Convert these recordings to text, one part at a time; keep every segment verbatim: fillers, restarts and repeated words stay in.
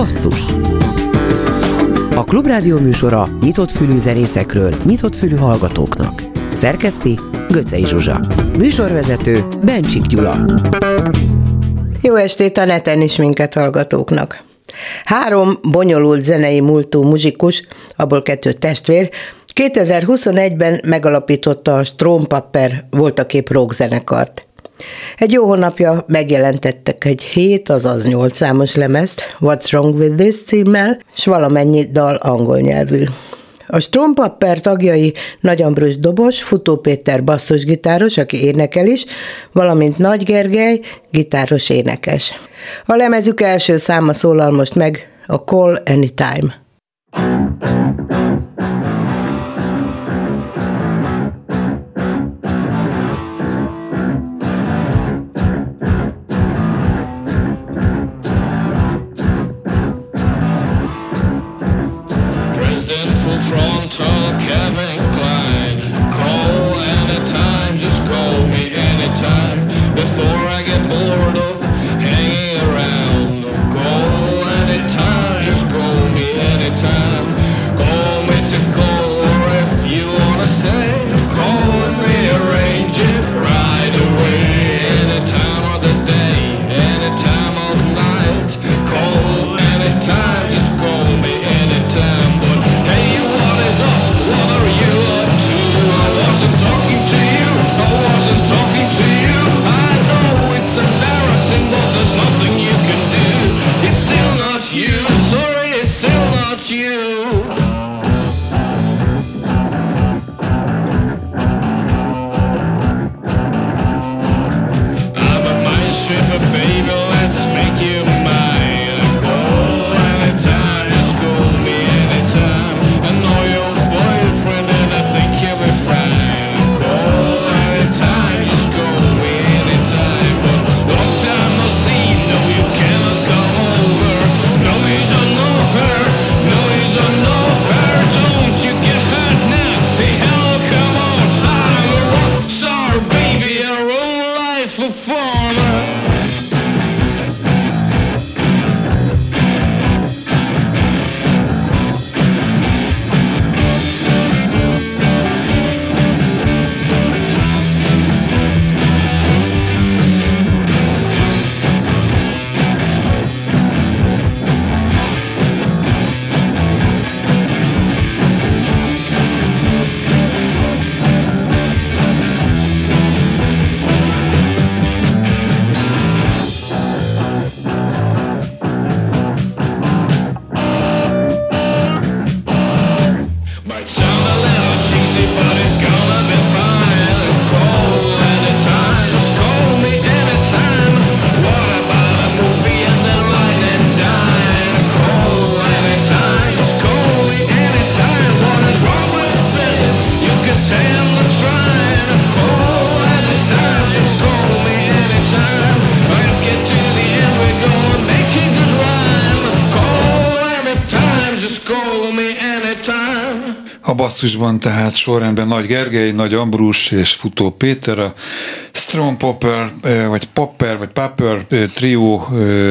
Basszus. A Klubrádió műsora nyitott fülű zenészekről, nyitott fülű hallgatóknak. Szerkeszti Göcsei Zsuzsa. Műsorvezető Bencsik Gyula. Jó estét a neten is minket hallgatóknak. Három bonyolult zenei múltú muzsikus, abból kettő testvér, kétezer-huszonegyben megalapította a Strompapper voltaképp rockzenekart. Egy jó hónapja megjelentettek egy hét, azaz nyolc számos lemezt, What's Wrong With This címmel, s valamennyi dal angol nyelvű. A Strompapper tagjai Nagy Ambrus dobos, Futó Péter basszusgitáros, aki énekel is, valamint Nagy Gergely gitáros énekes. A lemezük első száma szólal most meg, a Call Anytime. Basszusban tehát sorrendben Nagy Gergely, Nagy Ambrus és Futó Péter, a Strompapper, vagy Papper, vagy Papper trió,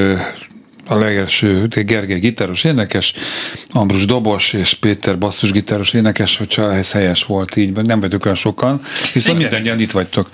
a legelső Gergely gitáros énekes, Ambrus dobos és Péter basszusgitáros énekes, hogyha ez helyes volt így, nem vagyok olyan sokan, viszont mindannyian itt vagytok.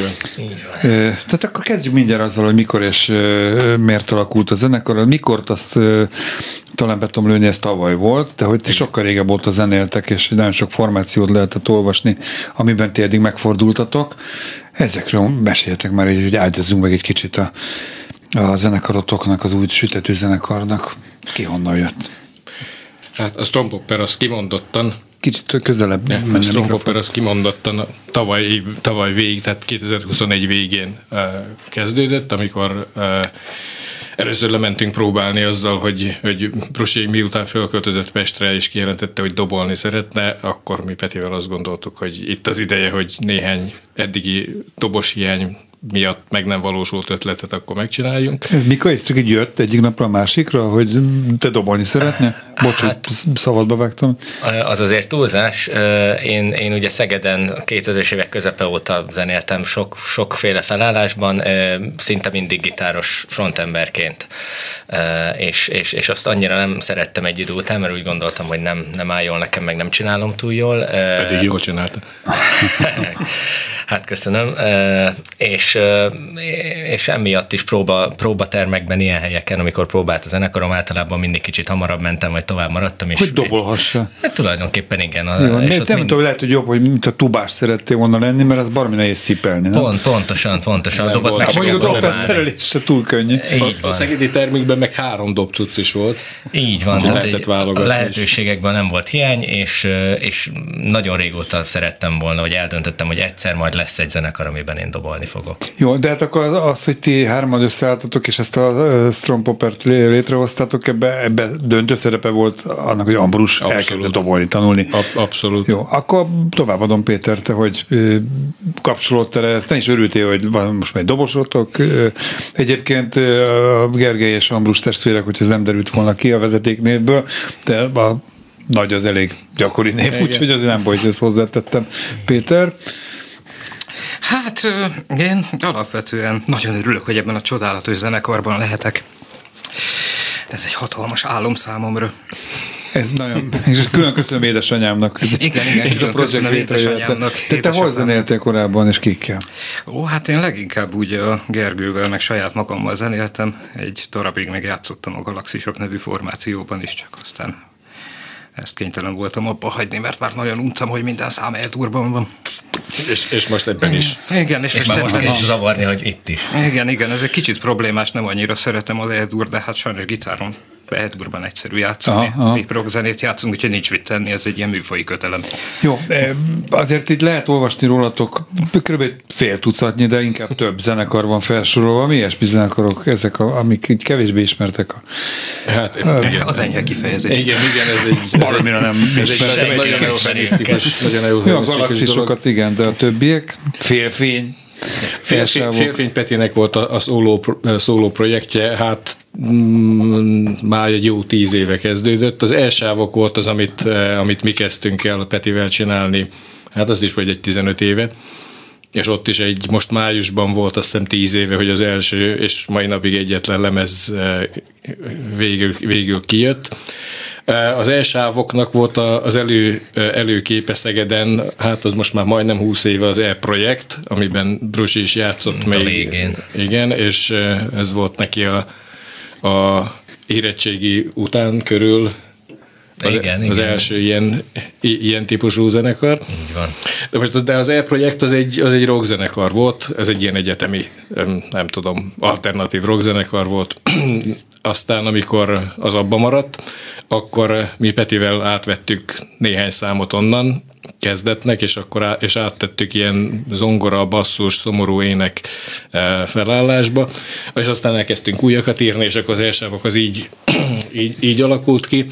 Tehát akkor kezdjük mindjárt azzal, hogy mikor és miért alakult a zenekar. Mikor azt talán be tudom lőni, ez tavaly volt, de hogy ti sokkal régebb óta zenéltek, és nagyon sok formációt lehetett olvasni, amiben ti eddig megfordultatok. Ezekről meséljetek már, hogy ágyazzunk meg egy kicsit a, a zenekarotoknak, az új sütető zenekarnak. Ki honnan jött? Hát a Strompapper az kimondottan kicsit közelebb. Ja, a Strompapper az kimondottan tavaly, tavaly végig, tehát kétezer-huszonegy végén uh, kezdődött, amikor uh, először lementünk próbálni azzal, hogy, hogy Brusi miután fölköltözött Pestre és kijelentette, hogy dobolni szeretne, akkor mi Petivel azt gondoltuk, hogy itt az ideje, hogy néhány eddigi dobos hiány miatt meg nem valósult ötletet akkor megcsináljunk. Ez mikor ez csak így jött egyik napra a másikra, hogy te dobolni szeretnél? Bocs, hát, szabadba vágtam. Az azért túlzás. Én, én ugye Szegeden kétezres évek közepe óta zenéltem sok, sokféle felállásban, szinte mindig gitáros frontemberként. És, és, és azt annyira nem szerettem egy idő után, mert úgy gondoltam, hogy nem, nem áll jól nekem, meg nem csinálom túl jól. Pedig jól csinálta. Hát köszönöm. És, és emiatt is próba, próbatermekben, ilyen helyeken, amikor próbált a zenekarom, általában mindig kicsit hamarabb mentem, vagy tovább maradtam. És hogy dobolhassa. Hát tulajdonképpen igen. A, jó, és nem mind... tudom, lehet, hogy jobb, hogy mint a tubás szerettél volna lenni, mert az baromi nehéz szipelni. Nem? Pont, pontosan, pontosan. Nem a dobot meg mondjuk a dobfelszerelés se túl könnyű. A, a szegedi termékben meg három dobcucc is volt. Így van. Tehát a lehetőségekben nem volt hiány, és, és nagyon régóta szerettem volna, hogy eldöntöttem, hogy egyszer majd lesz egy zenekar, amiben én dobolni fogok. Jó, de hát akkor az, hogy ti hárman összeálltatok, és ezt a Strong Poppert létrehoztátok, ebbe, ebbe döntő szerepe volt annak, hogy Ambrus elkezdett dobolni, tanulni. Ab- abszolút. Jó, akkor továbbadom Péter, te, hogy kapcsolódtál ezt, te is örültél, hogy van most már egy dobosotok. Egyébként a Gergely és Ambrus testvérek, hogy ez nem derült volna ki a vezetéknévből, de a nagy az elég gyakori név, úgyhogy azért nem baj, hogy ezt hozzátettem. Péter? Hát én alapvetően nagyon örülök, hogy ebben a csodálatos zenekarban lehetek. Ez egy hatalmas álom számomra. Ez nagyon, és külön köszönöm édesanyámnak. Igen, igen, ez a köszönöm édesanyámnak. Te, te hol zenéltél korábban, és kikkel? Ó, hát én leginkább úgy a Gergővel, meg saját magammal zenéltem. Egy darabig meg játszottam a Galaxisok nevű formációban is, csak aztán ezt kénytelen voltam abba hagyni, mert már nagyon untam, hogy minden szám eltúrban van. És, és most ebben is. Igen, és, és most ebben is zavarni, hogy itt is. Igen, igen, ez egy kicsit problémás, nem annyira szeretem az eldur, de hát sajnos gitáron Edburban egyszerű játszani. Aha, aha. Mi rockzenét játszunk, úgyhogy nincs mit tenni, ez egy ilyen műfaji kötelem. Jó, azért itt lehet olvasni rólatok kb. Fél tucatnyi, de inkább több zenekar van felsorolva. Mi ilyesmi zenekarok ezek, amik így kevésbé ismertek? A, hát, a, igen. Az enyhe kifejezés. Igen, igen, ez egy... Baromira nem ismertem. Egy nagyon eufemisztikus, nagyon eufemisztikus a Galaxisokat, igen, de a többiek, Félfény. Félfény, Félfény Petinek volt a, a szóló, szóló projektje, hát mm, már egy jó tíz éve kezdődött. Az elsávok volt az, amit, amit mi kezdtünk el a Petivel csinálni, hát az is vagy egy tizenöt éve, és ott is egy, most májusban volt azt hiszem tíz éve, hogy az első, és mai napig egyetlen lemez végül, végül kijött. Az elsávoknak volt az elő, előképe Szegeden, hát az most már majdnem húsz éve az E-projekt, amiben Brusi is játszott még. Végén. Igen, és ez volt neki a, a érettségi után körül az, igen, az igen. első ilyen, ilyen típusú zenekar. Így van. De, most, de az E-projekt az egy, az egy rockzenekar volt, ez egy ilyen egyetemi, nem tudom, alternatív rockzenekar volt. Aztán, amikor az abba maradt, akkor mi Petivel átvettük néhány számot onnan, kezdetnek, és akkor á, és áttettük ilyen zongora, basszus, szomorú ének felállásba, és aztán elkezdtünk újakat írni, és akkor az elsávok az így, így, így alakult ki.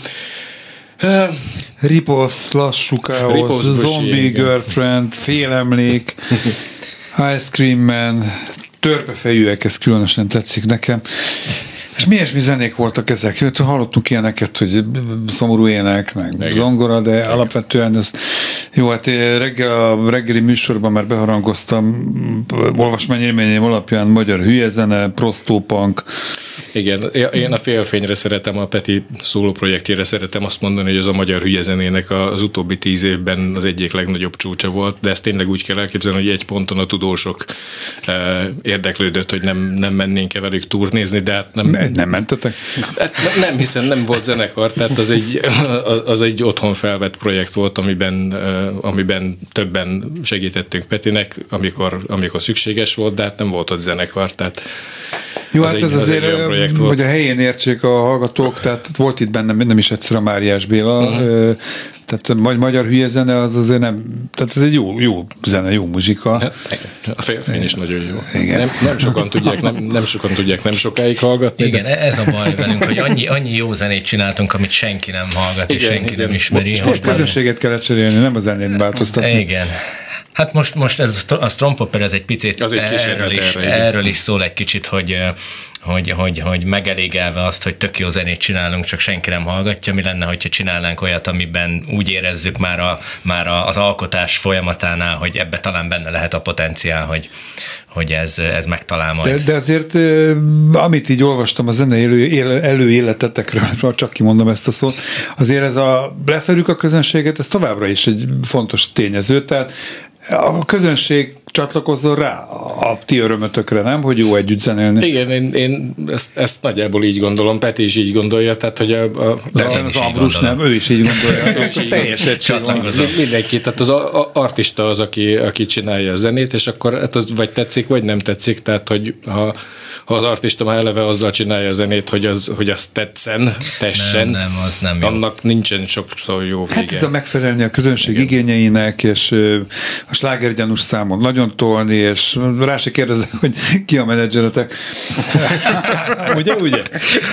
Rip-Offs, Lassú Káosz, Zombie Girlfriend, Félemlék, Ice Cream Man, Törpefejűek, ez különösen tetszik nekem. És milyesmi zenék voltak ezek? Hallottuk ilyeneket, hogy szomorú ének, meg igen. Zongora, de igen. Alapvetően ez jó, hát reggel a reggeli műsorban már beharangoztam olvasmányélményeim alapján magyar hülyezene, prostópunk. Igen, én a Félfényre szeretem, a Peti szóló projektjére szeretem azt mondani, hogy ez a magyar hülyezenének az utóbbi tíz évben az egyik legnagyobb csúcsa volt, de ezt tényleg úgy kell elképzelni, hogy egy ponton a tudósok érdeklődött, hogy nem, nem mennénk-e velük turnézni, de hát nem... Nem mentetek? Nem, nem, hiszen nem volt zenekar, tehát az egy, az egy otthon felvett projekt volt, amiben, amiben többen segítettünk Petinek, amikor, amikor szükséges volt, de hát nem volt ott zenekar, tehát jó, az hát egy, ez az azért, hogy a helyén értsék a hallgatók, tehát volt itt bennem nem is egyszer a Máriás Béla, uh-huh. tehát magyar hülye zene az azért nem, tehát ez egy jó, jó zene, jó muzsika. A Félfény is nagyon jó. Igen. Nem, nem sokan tudják, nem, nem sokan tudják nem sokáig hallgatni. Igen, de... ez a baj velünk, hogy annyi, annyi jó zenét csináltunk, amit senki nem hallgat, igen, és senki igen. nem ismeri. Most közönséget kellett cserélni, nem a zenét változtatni. Igen. Hát most, most ez a Strong Popper, ez egy picit az egy erről, is, erre, erről is szól egy kicsit, hogy, hogy, hogy, hogy megelégelve azt, hogy tök jó zenét csinálunk, csak senki nem hallgatja. Mi lenne, hogyha csinálnánk olyat, amiben úgy érezzük már, a, már az alkotás folyamatánál, hogy ebbe talán benne lehet a potenciál, hogy, hogy ez, ez megtalál majd. De, de azért, amit így olvastam a zene elő, előéletetekről, csak kimondom ezt a szót, azért ez a leszerük a közönséget, ez továbbra is egy fontos tényező, tehát a közönség csatlakozzon rá a ti örömötökre, nem? Hogy jó együtt zenélni. Igen, én, én ezt, ezt nagyjából így gondolom, Peti is így gondolja, tehát hogy a... a de az, az Ambrus nem, ő is így gondolja. Teljes egység van. Mindenki, tehát az a, a artista az, aki, aki csinálja a zenét, és akkor hát az vagy tetszik, vagy nem tetszik, tehát hogy ha ha az artista már eleve azzal csinálja a zenét, hogy az, hogy az tetszen, tessen, nem, nem, az nem jó. Annak nincsen sokszor jó vége. Hát ez a megfelelni a közönség igen. igényeinek, és a slágergyanús számon nagyon tolni, és rá se kérdezek, hogy ki a menedzseretek. ugye, ugye?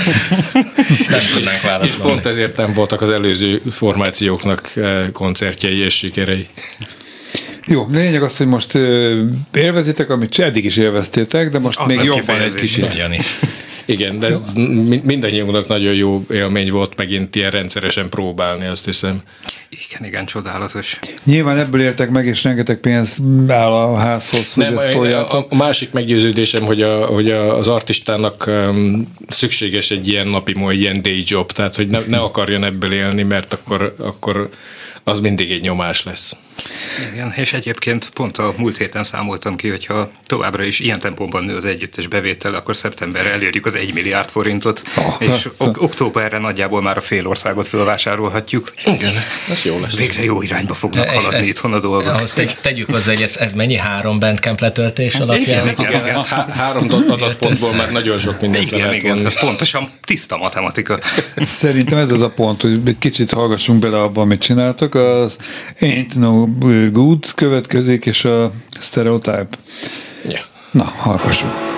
Nem tudnánk válaszolni. És pont ezért nem voltak az előző formációknak koncertjei és sikerei. Jó, lényeg az, hogy most élvezitek, amit eddig is élveztétek, de most az még jobban egy kicsit. Igen, de ez mindannyiunknak nagyon jó élmény volt megint ilyen rendszeresen próbálni, azt hiszem. Igen, igen, csodálatos. Nyilván ebből értek meg, és rengeteg pénz áll a házhoz, hogy Nem, ezt toljátok. A másik meggyőződésem, hogy, a, hogy az artistának um, szükséges egy ilyen napi, egy ilyen day job, tehát hogy ne, ne akarjon ebből élni, mert akkor, akkor az mindig egy nyomás lesz. Igen, és egyébként pont a múlt héten számoltam ki, hogyha továbbra is ilyen tempóban nő az együttes bevétel, akkor szeptemberre elérjük az egy milliárd forintot, oh, és ok- októberre nagyjából már a fél országot fölvásárolhatjuk. Igen, ez jó lesz. Végre jó irányba fognak haladni ezt, itthon a dolgok. Ahhoz tegy, tegyük hozzá, hogy ez, ez mennyi három Bandcamp letöltés alapján? Igen, igen, igen. Há- három adatpontból már nagyon sok mindent igen, lehet igen, vonni. pontosan tiszta matematika. Szerintem ez az a pont, hogy egy kicsit hallgassunk bele abban, amit csináltok, az Ain't No Good következik, és a Stereotype. Ja. Na, hallgassuk.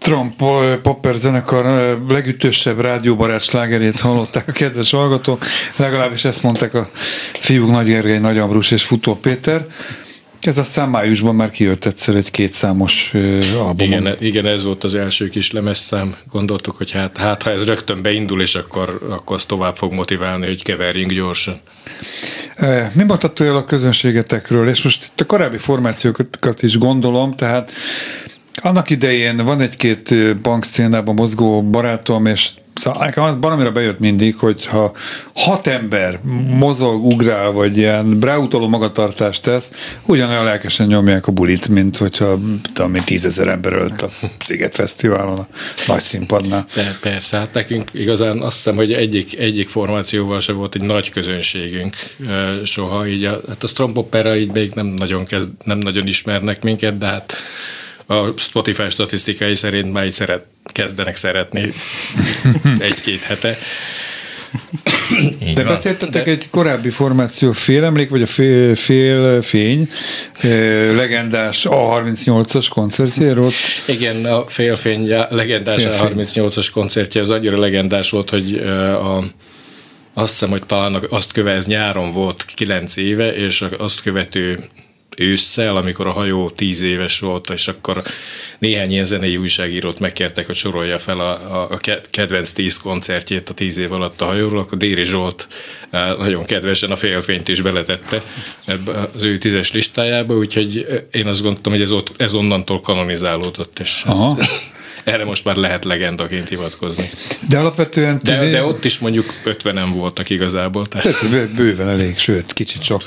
Strom Popper zenekar legütősebb rádióbarát slágerét hallották a kedves hallgatók, legalábbis ezt mondták a fiúk, Nagy Gergely, Nagy Ambrus és Futó Péter. Ez aztán májusban már kijött egyszer egy kétszámos album. Igen, igen, ez volt az első kis lemezszám. Gondoltuk, hogy hát, hát ha ez rögtön beindul, és akkor, akkor az tovább fog motiválni, hogy keverjünk gyorsan. Mi mondható el a közönségetekről? És most itt a korábbi formációkat is gondolom, tehát annak idején van egy-két bankszcénában mozgó barátom, és nekem az baromira bejött mindig, hogyha hat ember mozog, ugrál, vagy ilyen ráutaló magatartást tesz, ugyanolyan lelkesen nyomják a bulit, mint hogyha tudom, tízezer ember ölt a Sziget Fesztiválon a nagy színpadnál. De persze, hát nekünk igazán azt hiszem, hogy egyik, egyik formációval se volt egy nagy közönségünk soha, így a, hát a Strom Popperra így még nem nagyon, kezd, nem nagyon ismernek minket, de hát a Spotify statisztikai szerint már így szeret, kezdenek szeretni egy-két hete. De van. Beszéltetek de... egy korábbi formáció félemlék, vagy a fél, fél fény legendás A harmincnyolcas koncertjéről? Igen, a félfény legendás fél A harmincnyolcas koncertje az annyira legendás volt, hogy a, azt hiszem, hogy talán azt követően nyáron volt kilenc éve, és azt követő ősszel, amikor a hajó tíz éves volt, és akkor néhány ilyen zenei újságírót megkértek, hogy sorolja fel a, a kedvenc tíz koncertjét a tíz év alatt a hajóról, akkor Déri Zsolt nagyon kedvesen a félfényt is beletette ebbe az ő tízes listájába, úgyhogy én azt gondoltam, hogy ez, ott, ez onnantól kanonizálódott, és ez, erre most már lehet legendaként hivatkozni. De alapvetően... De, de ott is mondjuk ötvenen voltak igazából. Tehát bőven elég, sőt, kicsit sok.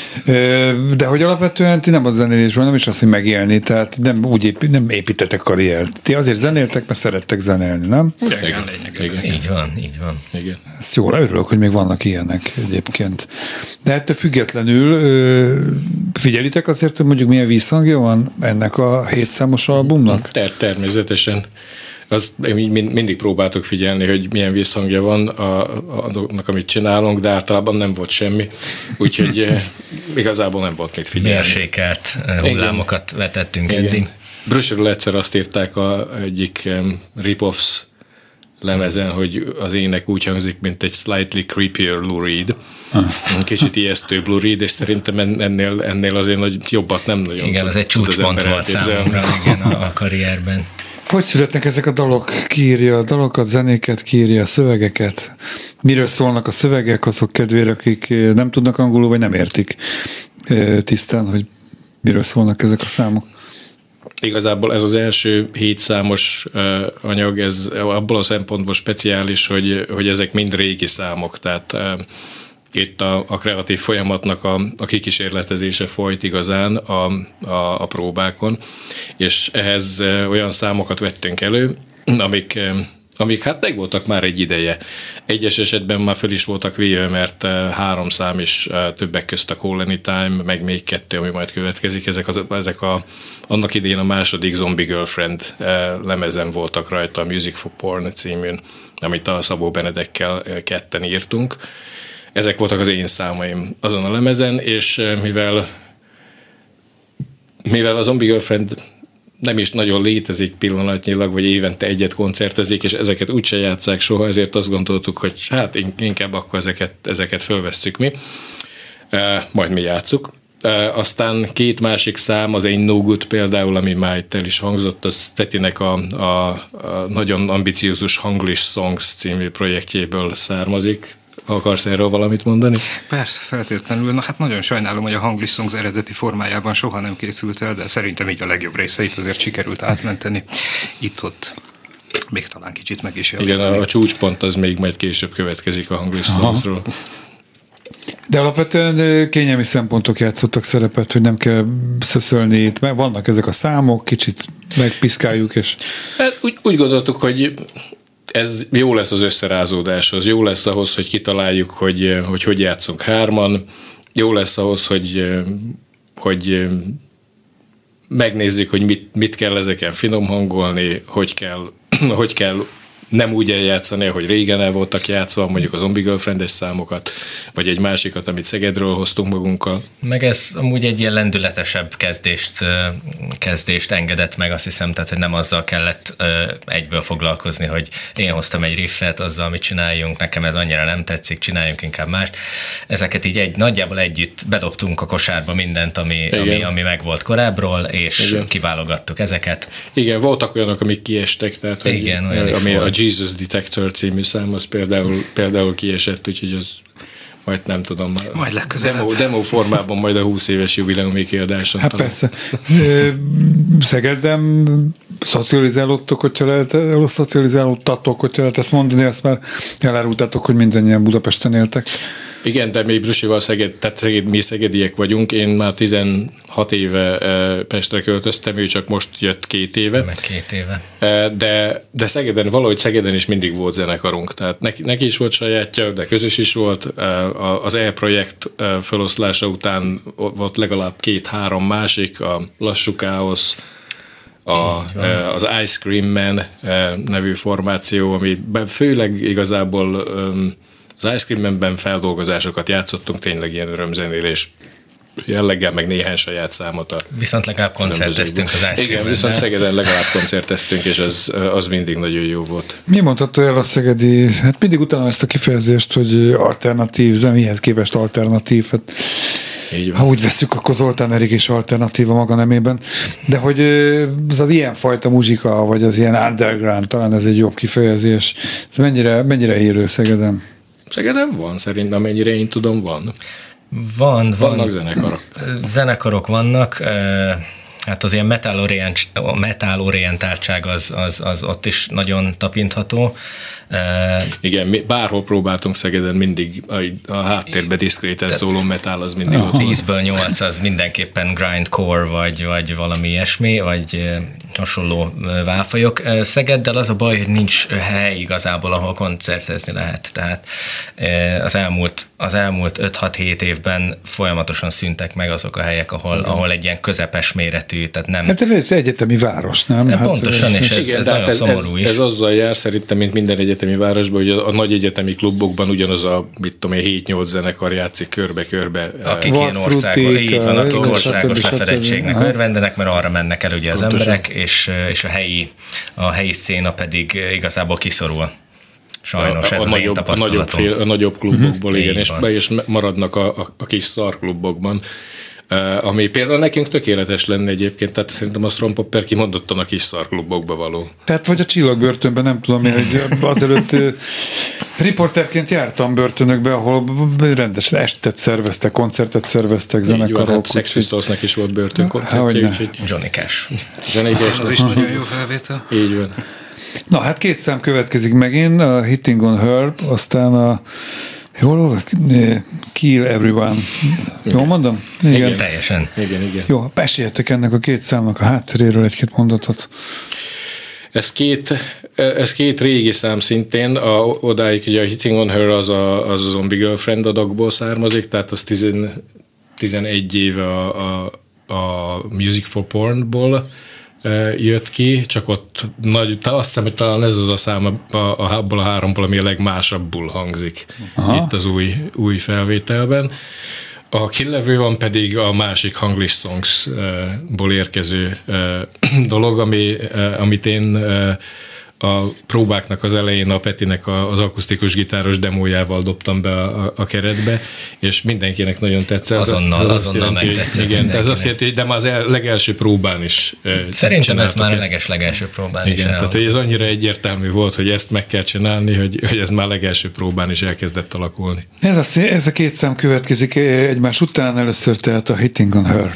De hogy alapvetően ti nem a zenélésről, nem is azt, hogy megélni, tehát nem úgy épít, nem építetek karriert. Ti azért zenéltek, mert szerettek zenélni, nem? Igen, igen, igen. Így van, így van. Igen. Ezt jól, örülök, hogy még vannak ilyenek egyébként. De ettől függetlenül figyelitek azért, hogy mondjuk milyen visszhangja van ennek a hétszámos albumnak? Ter- természetesen. Azt mindig próbáltok figyelni, hogy milyen visszhangja van annak, amit csinálunk, de általában nem volt semmi, úgyhogy igazából nem volt mit figyelni. Mérsékelt hullámokat Igen. vetettünk Igen. eddig. Brüsszelről egyszer azt írták a egyik Rip-Offs lemezen, hogy az ének úgy hangzik, mint egy slightly creepier Lou Reed. Ah. Kicsit ijesztő Lou Reed, és szerintem ennél, ennél azért nagy jobbat nem nagyon Igen, tud, az egy csúcspont volt számomra igen, a, a karrierben. Hogy születnek ezek a dalok? Ki írja a dalokat, zenéket, ki írja a szövegeket? Miről szólnak a szövegek azok kedvére, akik nem tudnak angolul, vagy nem értik tisztán, hogy miről szólnak ezek a számok? Igazából ez az első hétszámos anyag, ez abból a szempontból speciális, hogy, hogy ezek mind régi számok, tehát itt a, a kreatív folyamatnak a, a kikísérletezése folyt igazán a, a, a próbákon, és ehhez olyan számokat vettünk elő, amik, amik hát meg voltak már egy ideje. Egyes esetben már föl is voltak véve, mert három szám is többek közt a Call Anytime, meg még kettő, ami majd következik. Ezek, az, ezek a, annak idején a második Zombie Girlfriend lemezen voltak rajta, a Music for Porn címűn, amit a Szabó Benedekkel ketten írtunk. Ezek voltak az én számaim azon a lemezen, és mivel, mivel a Zombie Girlfriend nem is nagyon létezik pillanatnyilag, vagy évente egyet koncertezik, és ezeket úgyse játsszák soha, ezért azt gondoltuk, hogy hát inkább akkor ezeket, ezeket fölvesszük mi, majd mi játsszuk. Aztán két másik szám, az Ain't No Good például, ami már itt el is hangzott, az Petinek a, a, a nagyon ambiciózus Hanglish Songs című projektjéből származik. Akarsz erről valamit mondani? Persze, feltétlenül. Na hát nagyon sajnálom, hogy a Hanglish Songs eredeti formájában soha nem készült el, de szerintem így a legjobb részeit azért sikerült átmenteni. Itt-ott még talán kicsit meg is javítani. Igen, a csúcspont az még majd később következik a Hanglish Songsról. De alapvetően kényelmi szempontok játszottak szerepet, hogy nem kell szöszölni itt, mert vannak ezek a számok, kicsit megpiszkáljuk, és... Hát úgy, úgy gondoltuk, hogy ez jó lesz az összerázódáshoz, jó lesz ahhoz, hogy kitaláljuk, hogy hogy, hogy játszunk hárman, jó lesz ahhoz, hogy, hogy megnézzük, hogy mit, mit kell ezeken finom hangolni, hogy kell, hogy kell nem úgy eljátszani, hogy régen el voltak játszva, mondjuk a Zombie Girlfriend-es számokat, vagy egy másikat, amit Szegedről hoztunk magunkkal. Meg ez amúgy egy ilyen lendületesebb kezdést, kezdést engedett meg, azt hiszem, tehát hogy nem azzal kellett egyből foglalkozni, hogy én hoztam egy riffet, azzal mit csináljunk, nekem ez annyira nem tetszik, csináljunk inkább mást. Ezeket így egy, nagyjából együtt bedobtunk a kosárba mindent, ami, ami, ami meg volt korábbról, és igen, kiválogattuk ezeket. Igen, voltak olyanok, amik kiestek, tehát igen, hogy, ami volt. A Jesus Detector című szám, az például, például kiesett, úgyhogy az majd nem tudom, majd demo, demo formában majd a húsz éves jubileumi kiadáson. Hát talán. Persze. Szegeden szocializálódtok, hogyha lehet, szocializálódtatok, hogyha lehet ezt mondani, azt már elárultátok, hogy mindannyian Budapesten éltek. Igen, de mi Brusival Szeged, tehát Szeged, mi szegediek vagyunk. Én már tizenhat éve Pestre költöztem, ő csak most jött két éve. Meg két éve. De, de Szegeden, valahogy Szegeden is mindig volt zenekarunk. Tehát neki, neki is volt sajátja, de közös is volt. Az E-projekt feloszlása után volt legalább két-három másik, a Lassú Káosz, A, az Ice Cream Man nevű formáció, ami főleg igazából az Ice Cream Man-ben feldolgozásokat játszottunk, tényleg ilyen örömzenélés jelleggel, meg néhány saját számot. A viszont legalább koncerteztünk az Ice Cream Man-ben. Igen, viszont Szegeden legalább koncerteztünk, és az, az mindig nagyon jó volt. Mi mondható el a szegedi, hát mindig utána ezt a kifejezést, hogy alternatív, zenéhez képest alternatív, hát ha úgy veszük, akkor Zoltán Erik is alternatíva maga nemében, de hogy az az ilyenfajta muzsika, vagy az ilyen underground, talán ez egy jobb kifejezés, ez mennyire, mennyire élő Szegeden? Szegeden van, szerintem, mennyire én tudom, van. Van, Vannak van. zenekarok. Zenekarok vannak, hát az ilyen metal-orientáltság az, az, az ott is nagyon tapintható. Igen, mi bárhol próbáltunk Szegeden, mindig a, a háttérbe diszkréten szóló metal az mindig ott. tízből nyolc az mindenképpen grindcore, vagy, vagy valami ilyesmi, vagy hasonló válfajok. Szegeddel az a baj, hogy nincs hely igazából, ahol koncertezni lehet. Tehát az elmúlt, az elmúlt öt-hat-hét évben folyamatosan szűntek meg azok a helyek, ahol, ahol egy ilyen közepes méretű, tehát nem... Hát ez egyetemi város, nem? Hát pontosan, és ez, igen, ez nagyon ez, szomorú ez, is. Ez azzal jár szerintem, mint minden egyetemi városban, hogy a, a nagy egyetemi klubokban ugyanaz a, mit tudom én, hét-nyolc zenekar játszik körbe-körbe. Akik ilyen országos, így van, akik országos lefedettségnek örvendenek, mert arra mennek el ugye az pontosan. Emberek, és, és a helyi, a helyi széna pedig igazából kiszorul. Sajnos a, ez a az nagyobb, én tapasztalatom. A nagyobb, fél, a nagyobb klubokból, uh-huh. igen, és, be, és maradnak a, a, a kis szarklubokban. Uh, ami például nekünk tökéletes lenne egyébként, tehát szerintem a Strong Popper kimondottan a kis szarklubokba való. Tehát vagy a Csillagbörtönben, nem tudom én, hogy azelőtt uh, riporterként jártam börtönökbe, ahol rendesen estet szerveztek, koncertet szerveztek, zenekarok. Hát Sex Pistolsnak is volt börtönkoncertje. Úgyhogy... Johnny Cash. Johnny Cash. Az is nagyon jó felvétel. Így van. Na hát két szám következik megint, a Hitting on Her, aztán a jól Kill Everyone. Jól mondom? Igen. igen, teljesen. Igen, igen. Jó, meséljetek ennek a két számnak a hátteréről egy-két mondatot. Ez két, ez két régi szám szintén, a, odáig ugye a Hitting on Her az a, az a Zombie Girlfriend adagból származik, tehát az tizenegy éve a, a, a Music for Pornból jött ki, csak ott nagy, azt hiszem, hogy talán ez az a szám a, a, abból a háromból, ami a legmásabbul hangzik. Aha. Itt az új, új felvételben. A Kill Everyone pedig a másik Hanglish Songs-ból érkező dolog, ami, amit én a próbáknak az elején a Petinek az akusztikus gitáros demójával dobtam be a, a keretbe, és mindenkinek nagyon tetszett. Azonnal, az azonnal megtetszett. Igen, ez azt jelenti, hogy de már az el, legelső próbán is szerintem ez már a leges legelső próbán igen, is tehát hogy ez annyira egyértelmű volt, hogy ezt meg kell csinálni, hogy, hogy ez már legelső próbán is elkezdett alakulni. Ez a, ez a két szám következik egymás után, először tehát a Hitting on Her.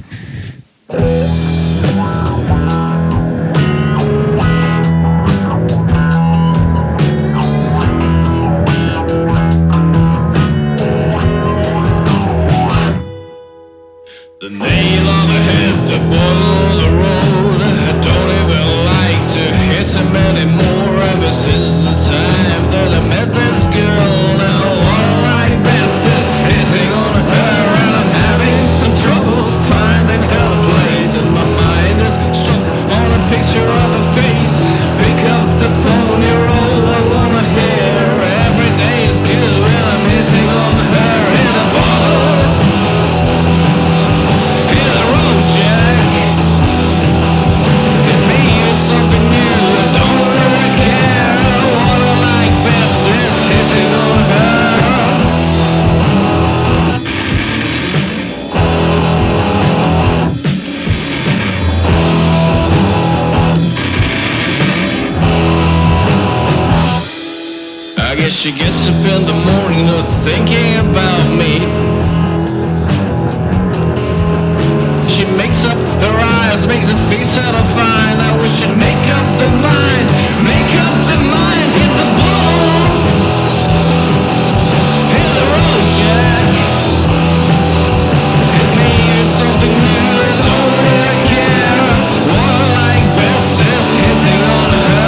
Hitting on her and I'm having some trouble finding her place in my mind. she gets up in the morning not thinking about me. She makes up her eyes, makes her face out of fine. I wish she'd make up the mind, make up the mind, hit the ball, hit the road, Jack. Hit me with something new, I don't really care. What I like best is hitting on her.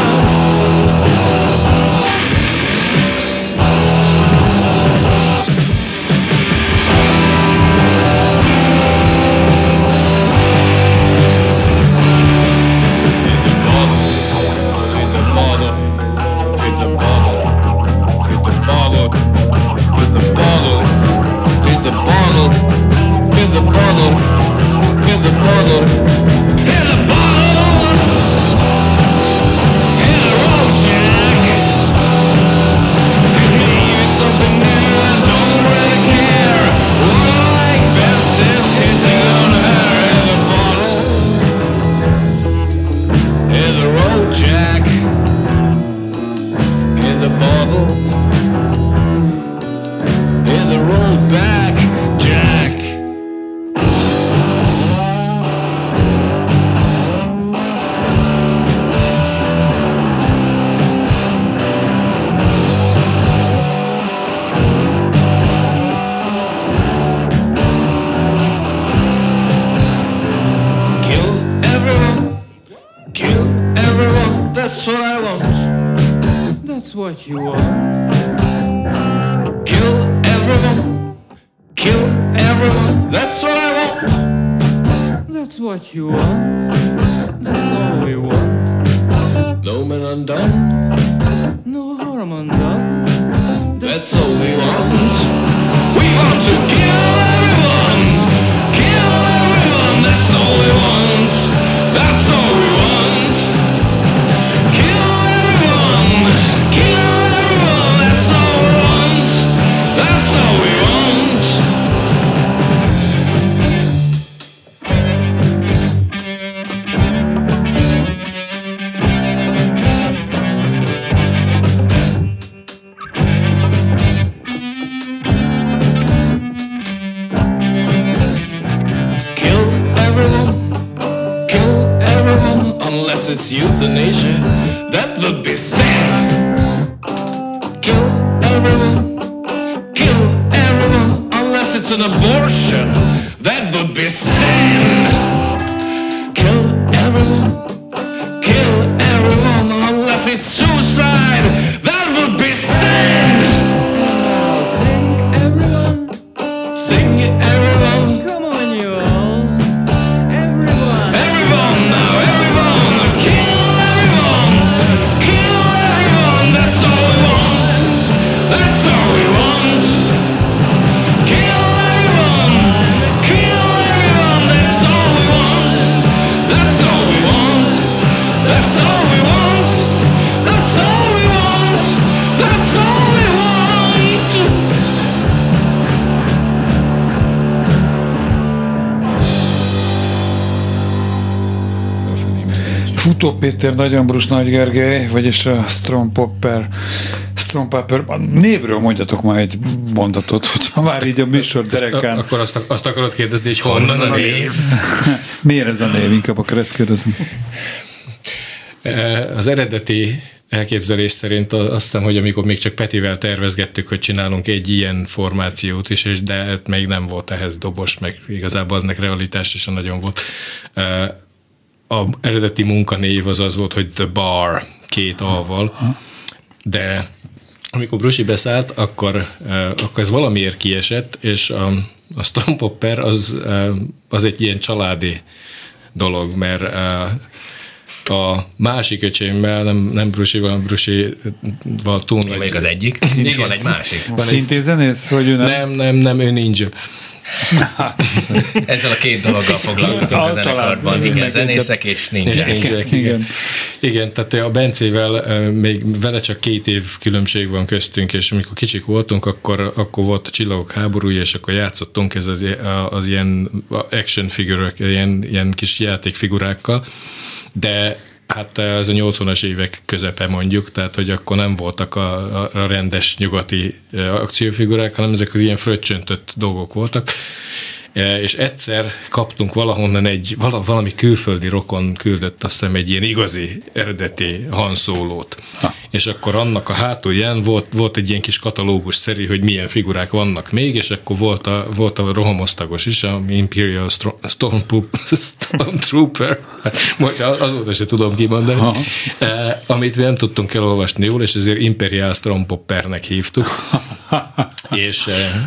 What you want. Kill everyone, kill everyone, that's what I want. That's what you want, that's all we want. No man undone, no harm undone. That's all we want. We want to kill everyone, kill everyone, that's all we want. That's all we want. It's euthanasia, that would be sad. Kill everyone, kill everyone, unless it's an abortion, that would be sad. Kill everyone, kill everyone, unless it's suicide, that would be sad. Sing everyone, sing everyone, come on you all, everyone, everyone now, everyone. Kill everyone, kill everyone, that's all we want, that's all we want. Kill everyone, kill everyone, that's all we want, that's all we want, that's all we want, that's all we want, that's all we want. Futó Péter, Nagy Ambrus, Nagy Gergely, vagyis a Strom Popper, Strom Popper, névről mondjatok már egy mondatot, hogyha már így a műsor derekán. Akkor azt, azt akarod kérdezni, hogy honnan a név? Miért ez a név? Inkább akkor ezt kérdezem. Az eredeti elképzelés szerint azt hiszem, hogy amikor még csak Petivel tervezgettük, hogy csinálunk egy ilyen formációt is, és de még nem volt ehhez dobos, meg igazából ennek realitás is nagyon volt. A eredeti munkanév az az volt, hogy The Bar, két A-val, de amikor Brusi beszállt, akkor, akkor ez valamiért kiesett, és a, a Strom Popper az, az egy ilyen családi dolog, mert a másik öcsémmel, nem, nem Brusival, Brusival túl nagy... Még az egyik, és van egy másik. Szintézenész, hogy ő nem? Nem, nem, nem, ő ninja. Ezzel a két dologgal foglalkozunk a zenekarban. Igen, zenészek és ninják. És ninják, igen. Igen, tehát a Bencével még vele csak két év különbség van köztünk, és amikor kicsik voltunk, akkor, akkor volt a Csillagok háborúja, és akkor játszottunk ez az, az ilyen action figurák, ilyen, ilyen kis játékfigurákkal, de Hát ez a nyolcvanas évek közepe mondjuk, tehát hogy akkor nem voltak a, a rendes nyugati akciófigurák, hanem ezek az ilyen fröccsöntött dolgok voltak. És egyszer kaptunk valahonnan egy, valami külföldi rokon küldött azt hiszem egy ilyen igazi, eredeti Han Solót. Ha. És akkor annak a hátulján volt, volt egy ilyen kis katalógus szerű, hogy milyen figurák vannak még, és akkor volt a, volt a rohamosztagos is, a Imperial Stormtrooper, most azóta se tudom kimondani, ha. Amit mi nem tudtunk elolvasni jól, és ezért Imperial Stormpoppernek hívtuk. és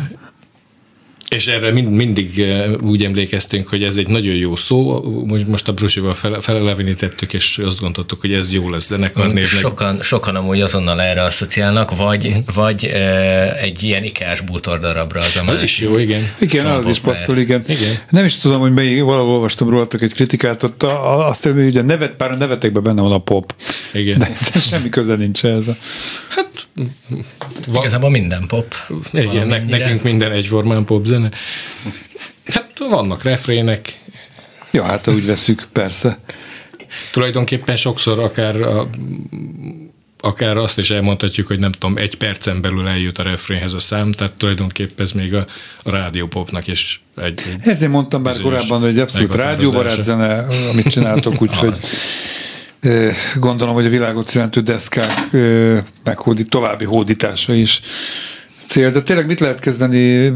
És erre mind, mindig úgy emlékeztünk, hogy ez egy nagyon jó szó. Most a Brusival felelevenítettük, és azt gondoltuk, hogy ez jó lesz zenekar névnek. Sokan, sokan amúgy azonnal erre asszociálnak, vagy, mm. vagy e, egy ilyen ikás bútordarabra. Az, az is jó, igen. Igen, az is passzol, igen. igen. Nem is tudom, hogy melyik, valahol olvastam rólatok egy kritikát, ott azt mondom, hogy a nevet, pár a nevetekben benne van a pop. Igen. De semmi köze nincs ez. Hát van. Igazából minden pop. Igen, ne, nekünk minden egyformán pop zene. Hát vannak refrének. Ja, hát úgy veszük, persze. Tulajdonképpen sokszor akár, a, akár azt is elmondhatjuk, hogy nem tudom, egy percen belül eljut a refrénhez a szám, tehát tulajdonképpen ez még a, a rádiópopnak is egy... egy Ezért mondtam bár korábban, hogy abszolút rádióbarát zene, amit csináltok, úgyhogy gondolom, hogy a világot jelentő deszkák meghódít, további hódítása is cél. De tényleg mit lehet kezdeni?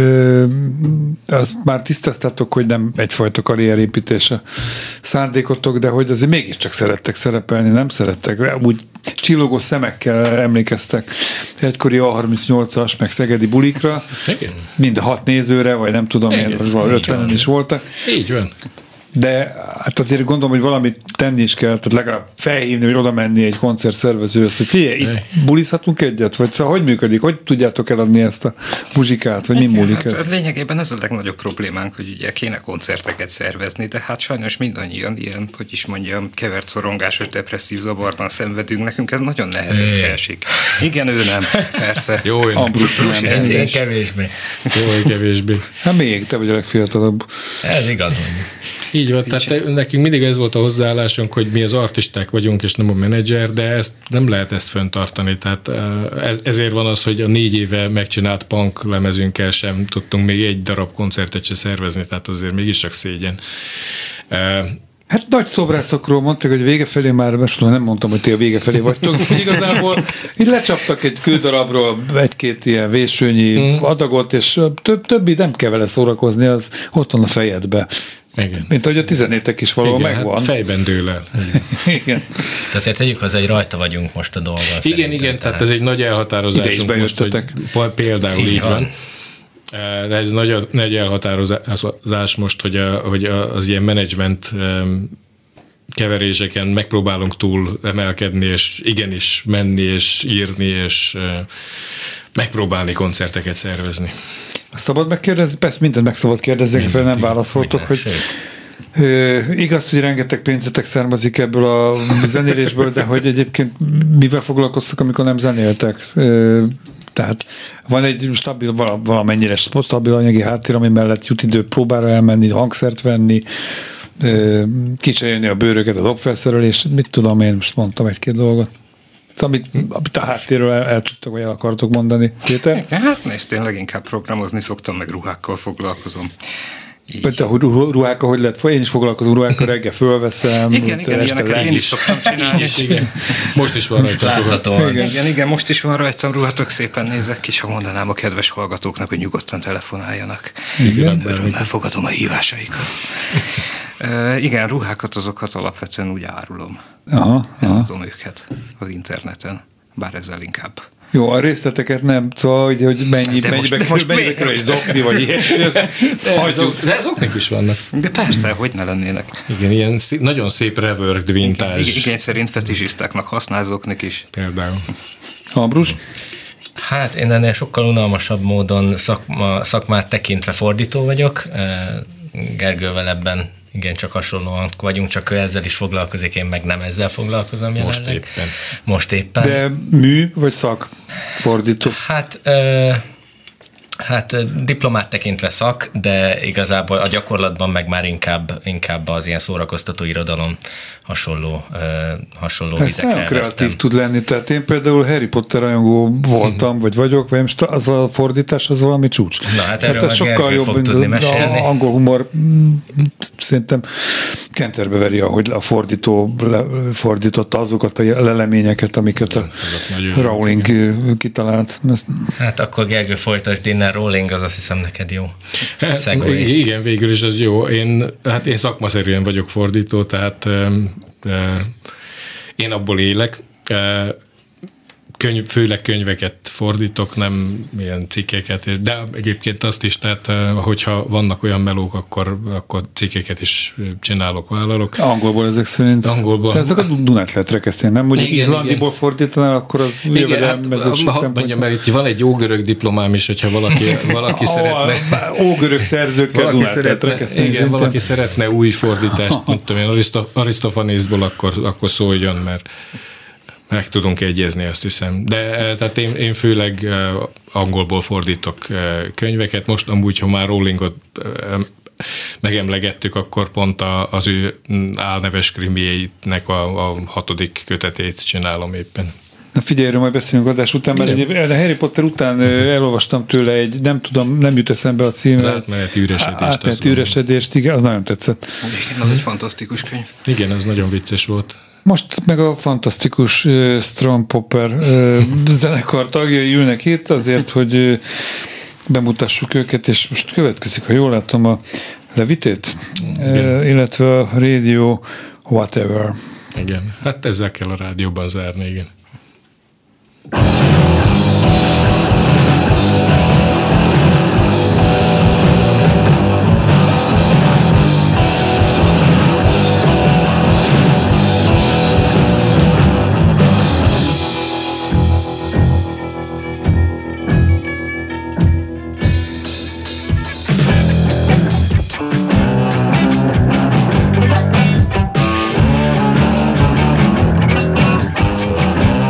Azt már tisztáztátok, hogy nem egyfajta karrierépítés a szándékotok, de hogy azért mégiscsak szerettek szerepelni, nem szerettek? Úgy csillogó szemekkel emlékeztek egykori A harmincnyolcas, meg szegedi bulikra. Igen. Mind a hat nézőre, vagy nem tudom, én, ötvenen is voltak. Így van. De hát azért gondolom, hogy valamit tenni is kell, tehát legalább felhívni, hogy oda menni egy koncertszervezőhöz, hogy figyelj, itt bulizhatunk egyet? Vagy szóval hogy működik? Hogy tudjátok eladni ezt a muzsikát? Vagy mi múlik ez? Hát lényegében ez a legnagyobb problémánk, hogy ugye kéne koncerteket szervezni, de hát sajnos mindannyian ilyen, hogy is mondjam, kevert szorongásos, depresszív zavarban szenvedünk. Nekünk ez nagyon nehezen esik. Igen, ő nem, persze. Jó, én Ambrus nem. Én kevésbé. Jó, kevésbé. Hát még, te vagy a legfiatalabb. Ez igaz mondjuk. Így van, tehát nekünk mindig ez volt a hozzáállásunk, hogy mi az artisták vagyunk, és nem a menedzser, de ezt nem lehet ezt fenntartani. Tehát ez, ezért van az, hogy a négy éve megcsinált punk lemezünkkel sem tudtunk még egy darab koncertet se szervezni, tehát azért mégis csak szégyen. Hát nagy szobrászokról mondták, hogy vége felé már, most nem mondtam, hogy ti a vége felé vagytok, igazából így lecsaptak egy kődarabról egy-két ilyen vésőnyi mm. adagot, és több, többi nem kell vele szórakozni, az ott van a fejedbe. Igen. Mint ahogy a tizenétek is valahol igen, megvan. Hát fejben dől el. Igen. De azért tegyük hozzá, hogy rajta vagyunk most a dolgon. Igen, igen, tehát, tehát ez egy nagy elhatározásunk most, hogy például így van. van. De ez nagy, nagy elhatározás most, hogy, a, hogy az ilyen menedzsment keveréseken megpróbálunk túl emelkedni, és igenis menni, és írni, és megpróbálni koncerteket szervezni. Szabad megkérdezni? Persze mindent meg szabad kérdezni, fel nem válaszoltok, hogy ö, igaz, hogy rengeteg pénzetek származik ebből a zenélésből, de hogy egyébként mivel foglalkoztak, amikor nem zenéltek? Ö, tehát van egy stabil, valamennyire stabil anyagi háttér, ami mellett jut idő próbára elmenni, hangszert venni, kicserélni a bőröket, a dobfelszerelés, mit tudom, én most mondtam egy-két dolgot. Amit, amit a háttérről el, el tudtok, vagy el akartok mondani. Péter? Hát nézd, én leginkább programozni szoktam, meg ruhákkal foglalkozom. Így. A ruhákkal, hogy lehet? Én is foglalkozom ruhákkal, reggel fölveszem. Igen, igen, ilyeneket én is szoktam csinálni. Igen. Most is van rajtam. Igen. igen, igen, most is van rajtam ruha, tök szépen nézek ki, csak mondanám a kedves hallgatóknak, hogy nyugodtan telefonáljanak. Igen. Örömmel fogadom a hívásaikat. Uh, igen, ruhákat, azokat alapvetően úgy árulom. Aha, aha. Tudom őket az interneten, bár ezzel inkább. Jó, a részleteket nem, szóval, hogy, hogy mennyi, de mennyibe most, mennyibe kerül egy zokni, vagy ilyen. Szóval, de zoknik is vannak. De persze, hogy ne lennének. Igen, ilyen szép, nagyon szép reworked vintage. Igen, igény szerint fetisistáknak használ zoknik is. Például. Ambrus? Hát én ennél sokkal unalmasabb módon szakma, szakmát tekintve fordító vagyok. Gergővel ebben igen, csak hasonlóan vagyunk, csak ő ezzel is foglalkozik, én meg nem ezzel foglalkozom jelenleg. Most éppen. Most éppen. De mű vagy szak fordító? Hát ö, Hát diplomát tekintve szak, de igazából a gyakorlatban meg már inkább, inkább az ilyen szórakoztató irodalom hasonló, uh, hasonló Ez vizekre nagyon kreatív elvesztem. tud lenni, tehát én például Harry Potter rajongó voltam, vagy vagyok, vagy most az a fordítás az valami csúcs. Na, hát tehát erről ez meg sokkal Gergő jobb, fog mint tudni a mesélni. angol humor. Szerintem kenterbe veri, ahogy a fordító fordította azokat a leleményeket, amiket a Rowling kitalált. Hát akkor Gergő folytasd innen, Rowling, az azt hiszem neked jó. Hát, igen, végül is az jó. Én, hát én szakmaszerűen vagyok fordító, tehát e, e, én abból élek. E, könyv, főleg könyveket fordítok, nem ilyen cikkeket, de egyébként azt is, tehát hogyha vannak olyan melók, akkor, akkor cikkeket is csinálok, vállalok. Angolból ezek szerint. Angolból. De ezek a Dunát lehet rekeszteni, nem? Mondjuk igen, izlandiból igen. fordítanál, akkor az jövedelmezőség hát, szempontja. Mert itt van egy ógörög diplomám is, hogyha valaki, valaki szeretne... Ógörög szerzőkkel valaki Dunát szeretne, lehet rekeszteni. igen, szintén. Valaki szeretne új fordítást, mint tudom én, Arisztofanészból, akkor, akkor szóljon, mert meg tudunk egyezni, azt hiszem. De tehát én, én főleg angolból fordítok könyveket. Most amúgy, ha már Rowlingot megemlegettük, akkor pont az ő álneves krimieinek a, a hatodik kötetét csinálom éppen. Na figyelj, erről majd beszélünk adás után, mert egy, a Harry Potter után elolvastam tőle egy, nem tudom, nem jut eszembe a címe. Az átmeneti üresedést. Átmeneti üresedést, igen, az nagyon tetszett. Igen, az egy fantasztikus könyv. Igen, az nagyon vicces volt. Most meg a fantasztikus uh, Strong Popper uh, zenekar tagjai ülnek itt azért, hogy uh, bemutassuk őket, és most következik, ha jól látom, a Levitét, uh, illetve a Radio Whatever. Igen, hát ezzel kell a rádióban zárni, igen. Thank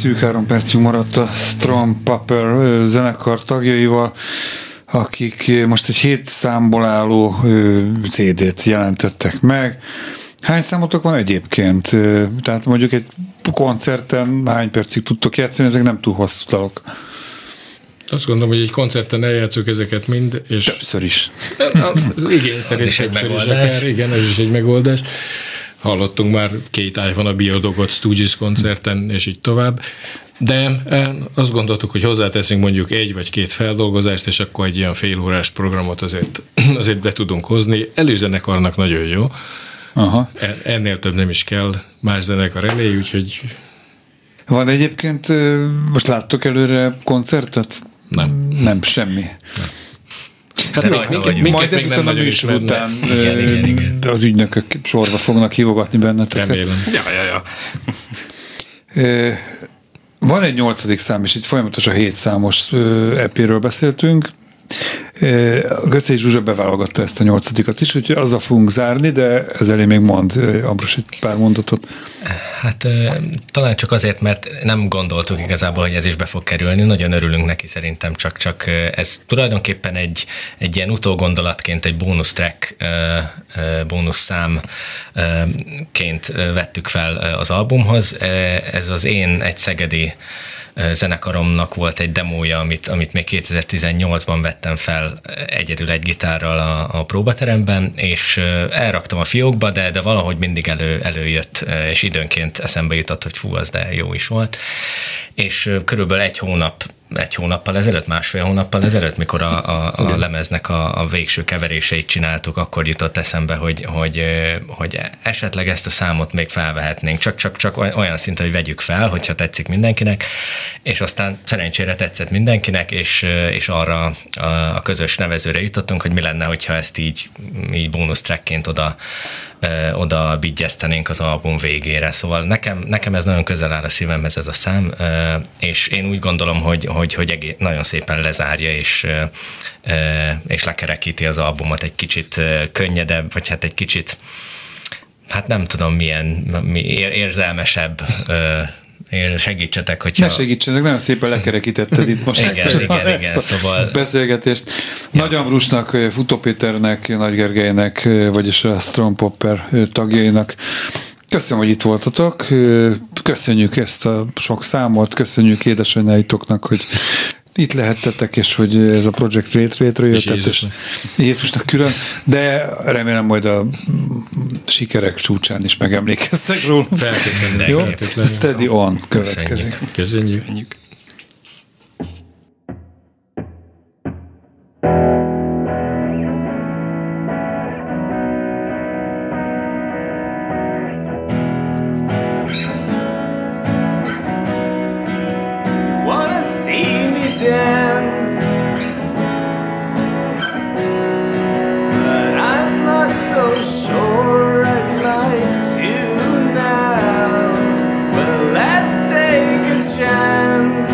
szűk három percig maradt a Strom Popper zenekar tagjaival, akik most egy hét számból álló cé dét jelentettek meg. Hány számotok van egyébként? Tehát mondjuk egy koncerten hány percig tudtok játszani, ezek nem túl hosszú dalok. Azt gondolom, hogy egy koncerten eljátszuk ezeket mind, és... Többször is. Az igény szerint többször is akár, igen, ez is egy megoldás. Hallottunk már két I Wanna Be a Dogot Stooges koncerten, és így tovább. De azt gondoltuk, hogy hozzáteszünk mondjuk egy vagy két feldolgozást, és akkor egy ilyen félórás programot azért, azért be tudunk hozni. Előzenekarnak nagyon jó. Aha. Ennél több nem is kell más zenekar elé, úgyhogy... Van egyébként, most láttok előre koncertet? Nem. Nem, semmi. Nem. Hát jó, rajta minket, vagyunk. majd ezután a műsor után igen, igen, igen. az ügynökök sorba fognak hívogatni benneteket. Remélem. Ja, ja, ja. Van egy nyolcadik szám, és itt folyamatosan hét számos é péről beszéltünk. Göcsei Zsuzsa beválogatta ezt a nyolcadikat is, úgyhogy azzal fogunk zárni, de ez elé még mond, Ambrus, egy pár mondatot. Hát talán csak azért, mert nem gondoltuk igazából, hogy ez is be fog kerülni. Nagyon örülünk neki szerintem, csak, csak ez tulajdonképpen egy, egy ilyen utógondolatként, egy bónusz track, bónusz számként vettük fel az albumhoz. Ez az én egy szegedi zenekaromnak volt egy demója, amit, amit még kétezer-tizennyolcban vettem fel egyedül egy gitárral a, a próbateremben, és elraktam a fiókba, de, de valahogy mindig elő, előjött, és időnként eszembe jutott, hogy fú, az de jó is volt. És körülbelül egy hónap egy hónappal ezelőtt, másfél hónappal ezelőtt, mikor a, a, a lemeznek a, a végső keveréseit csináltuk, akkor jutott eszembe, hogy, hogy, hogy esetleg ezt a számot még felvehetnénk, csak, csak, csak olyan szinten, hogy vegyük fel, hogyha tetszik mindenkinek, és aztán szerencsére tetszett mindenkinek, és, és arra a, a közös nevezőre jutottunk, hogy mi lenne, hogyha ezt így, így bónusz trackként oda oda bigyeztenénk az album végére. Szóval nekem, nekem ez nagyon közel áll a szívemhez ez a szám, és én úgy gondolom, hogy, hogy, hogy egész, nagyon szépen lezárja, és, és lekerekíti az albumot egy kicsit könnyedebb, vagy hát egy kicsit, hát nem tudom milyen, érzelmesebb. Segítsetek, hogyha... Ne segítsenek, nagyon szépen lekerekítetted itt most igen, igen, igen, ezt a szóval... beszélgetést. Ja. Nagy Ambrusnak, Futó Péternek, Nagy Gergelynek, vagyis a Strom Popper tagjainak köszönöm, hogy itt voltatok. Köszönjük ezt a sok számot, köszönjük édesanyáitoknak, hogy itt lehettetek, és hogy ez a projekt létrejött, és Jézusnak. Jézusnak külön, de remélem majd a sikerek csúcsán is megemlékeztek róla. Feltétlenül. Jó? Steady On következik. Köszönjük. Köszönjük. Chance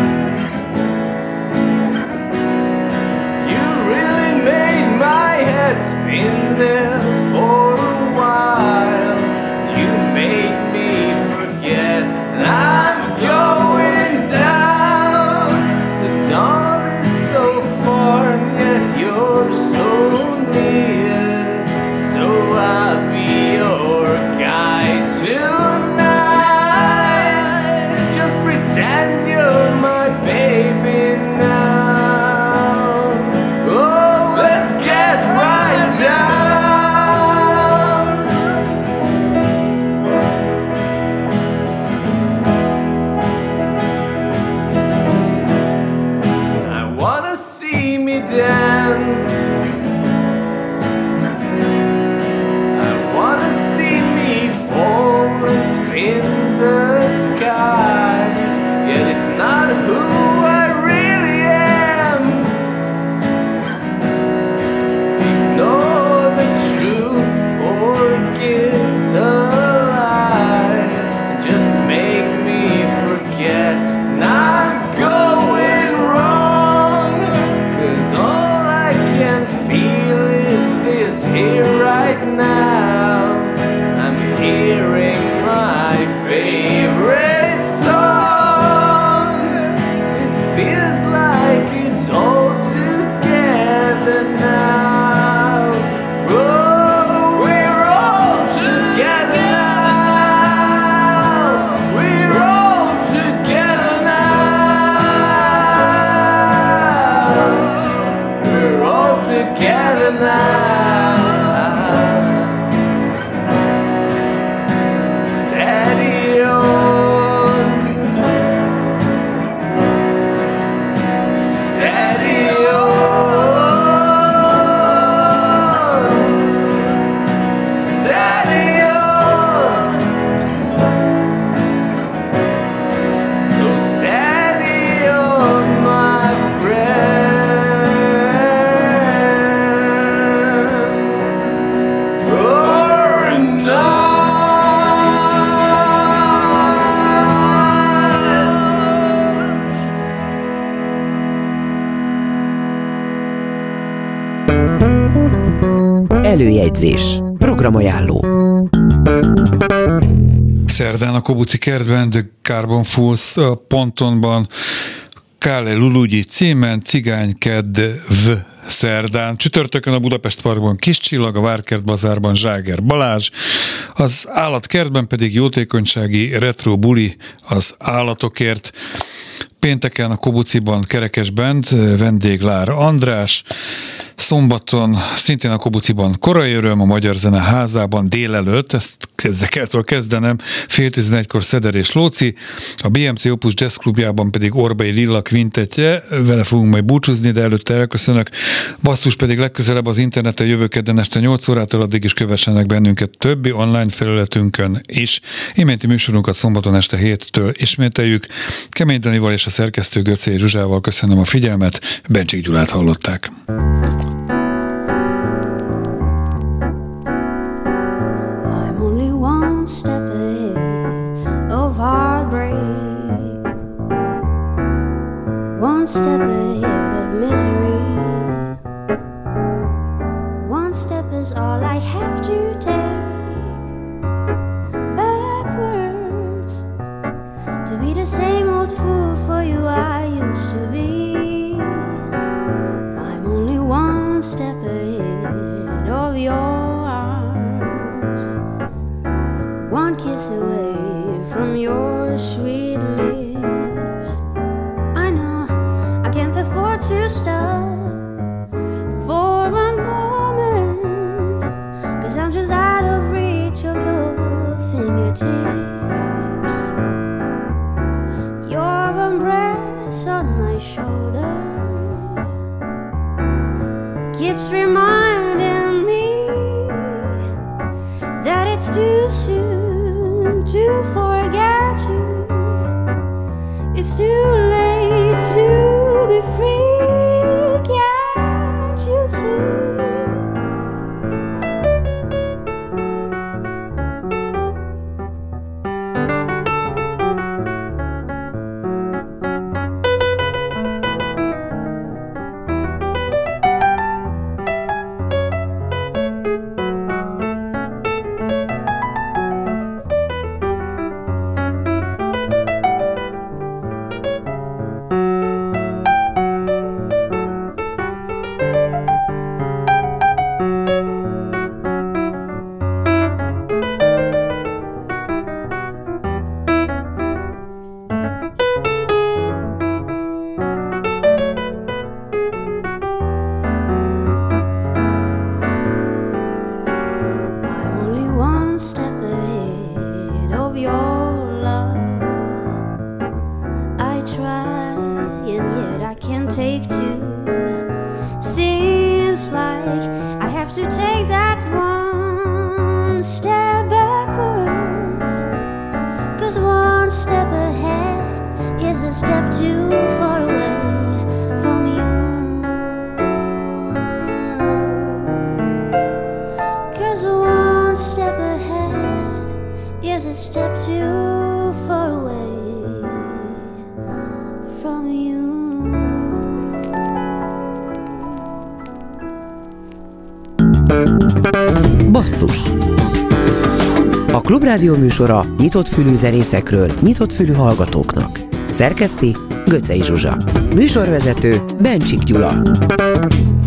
Előjegyzés. Programajánló. Szerdán a Kobuci kertben, The Carbon Fools Pontonban, Kále Lulugyi címen, Cigánykedd V szerdán. Csütörtökön a Budapest Parkban Kis Csillag, a Várkert Bazárban Zságer Balázs, az Állatkertben pedig jótékonysági retro buli az állatokért. Pénteken a Kobuciban Kerekes Band, vendég Lár András, szombaton szintén a Kobuciban Korai Öröm, a Magyar Zene Házában délelőtt, ezt ezzel kellett kezdenem, fél tizenegykor Szeder és Lóci, a bé em cé Opus Jazz Klubjában pedig Orbai Lilla kvintetje, vele fogunk majd búcsúzni, de előtte elköszönök. Basszus pedig legközelebb az interneten jövő kedden este nyolc órától, addig is kövessenek bennünket többi online felületünkön is. Iménti műsorunkat szombaton este héttől ismételjük. Kemény Danival és a szerkesztő Göcé Zsuzsával köszönöm a figyelmet, Bencsik Gyulát hallották. Step ahead of heartbreak, one step ahead of misery, one step is all I have to take backwards, to be the same old fool for you I used to be. I'm only one step ahead of your one kiss away from your sweet lips. I know I can't afford to stop for a moment, 'cause I'm just out of reach of your fingertips. Your embrace on my shoulder keeps reminding me that it's too soon to forget you. It's too late to be free. Can't you see? Basszus. A Klubrádió műsora nyitott fülű zenészekről, nyitott fülű hallgatóknak. Szerkeszti Göcei Zsuzsa. Műsorvezető Bencsik Gyula.